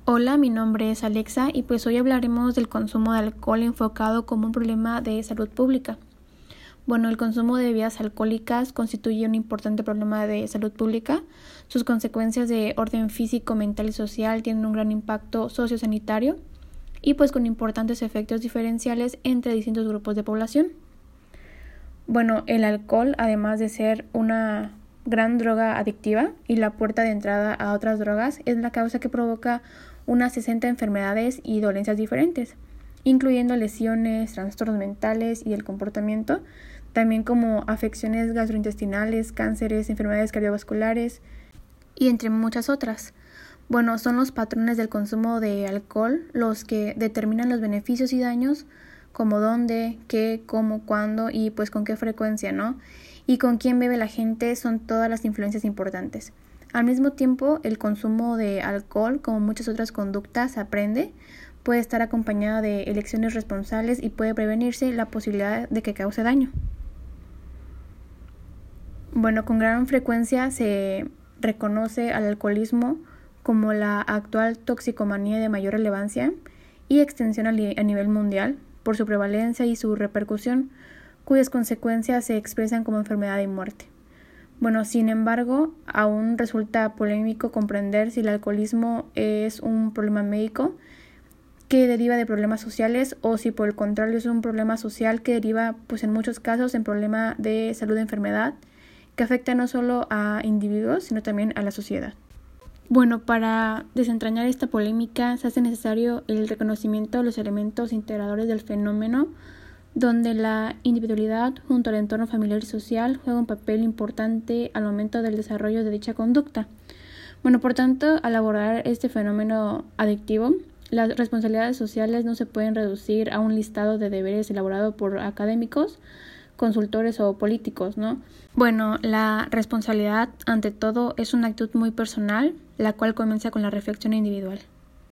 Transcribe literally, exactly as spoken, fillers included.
Hola, mi nombre es Alexa y pues hoy hablaremos del consumo de alcohol enfocado como un problema de salud pública. Bueno, el consumo de bebidas alcohólicas constituye un importante problema de salud pública. Sus consecuencias de orden físico, mental y social tienen un gran impacto sociosanitario y pues con importantes efectos diferenciales entre distintos grupos de población. Bueno, el alcohol, además de ser una gran droga adictiva y la puerta de entrada a otras drogas, es la causa que provoca unas sesenta enfermedades y dolencias diferentes, incluyendo lesiones, trastornos mentales y del comportamiento, también como afecciones gastrointestinales, cánceres, enfermedades cardiovasculares y entre muchas otras. Bueno, son los patrones del consumo de alcohol los que determinan los beneficios y daños, como dónde, qué, cómo, cuándo y pues con qué frecuencia, ¿no? Y con quién bebe la gente son todas las influencias importantes. Al mismo tiempo, el consumo de alcohol, como muchas otras conductas, aprende, puede estar acompañada de elecciones responsables y puede prevenirse la posibilidad de que cause daño. Bueno, con gran frecuencia se reconoce al alcoholismo como la actual toxicomanía de mayor relevancia y extensión a nivel mundial por su prevalencia y su repercusión, cuyas consecuencias se expresan como enfermedad y muerte. Bueno, sin embargo, aún resulta polémico comprender si el alcoholismo es un problema médico que deriva de problemas sociales o si por el contrario es un problema social que deriva, pues en muchos casos, en problema de salud de enfermedad que afecta no solo a individuos, sino también a la sociedad. Bueno, para desentrañar esta polémica se hace necesario el reconocimiento de los elementos integradores del fenómeno, donde la individualidad junto al entorno familiar y social juega un papel importante al momento del desarrollo de dicha conducta. Bueno, por tanto, al abordar este fenómeno adictivo, las responsabilidades sociales no se pueden reducir a un listado de deberes elaborado por académicos, consultores o políticos, ¿no? Bueno, la responsabilidad, ante todo, es una actitud muy personal, la cual comienza con la reflexión individual.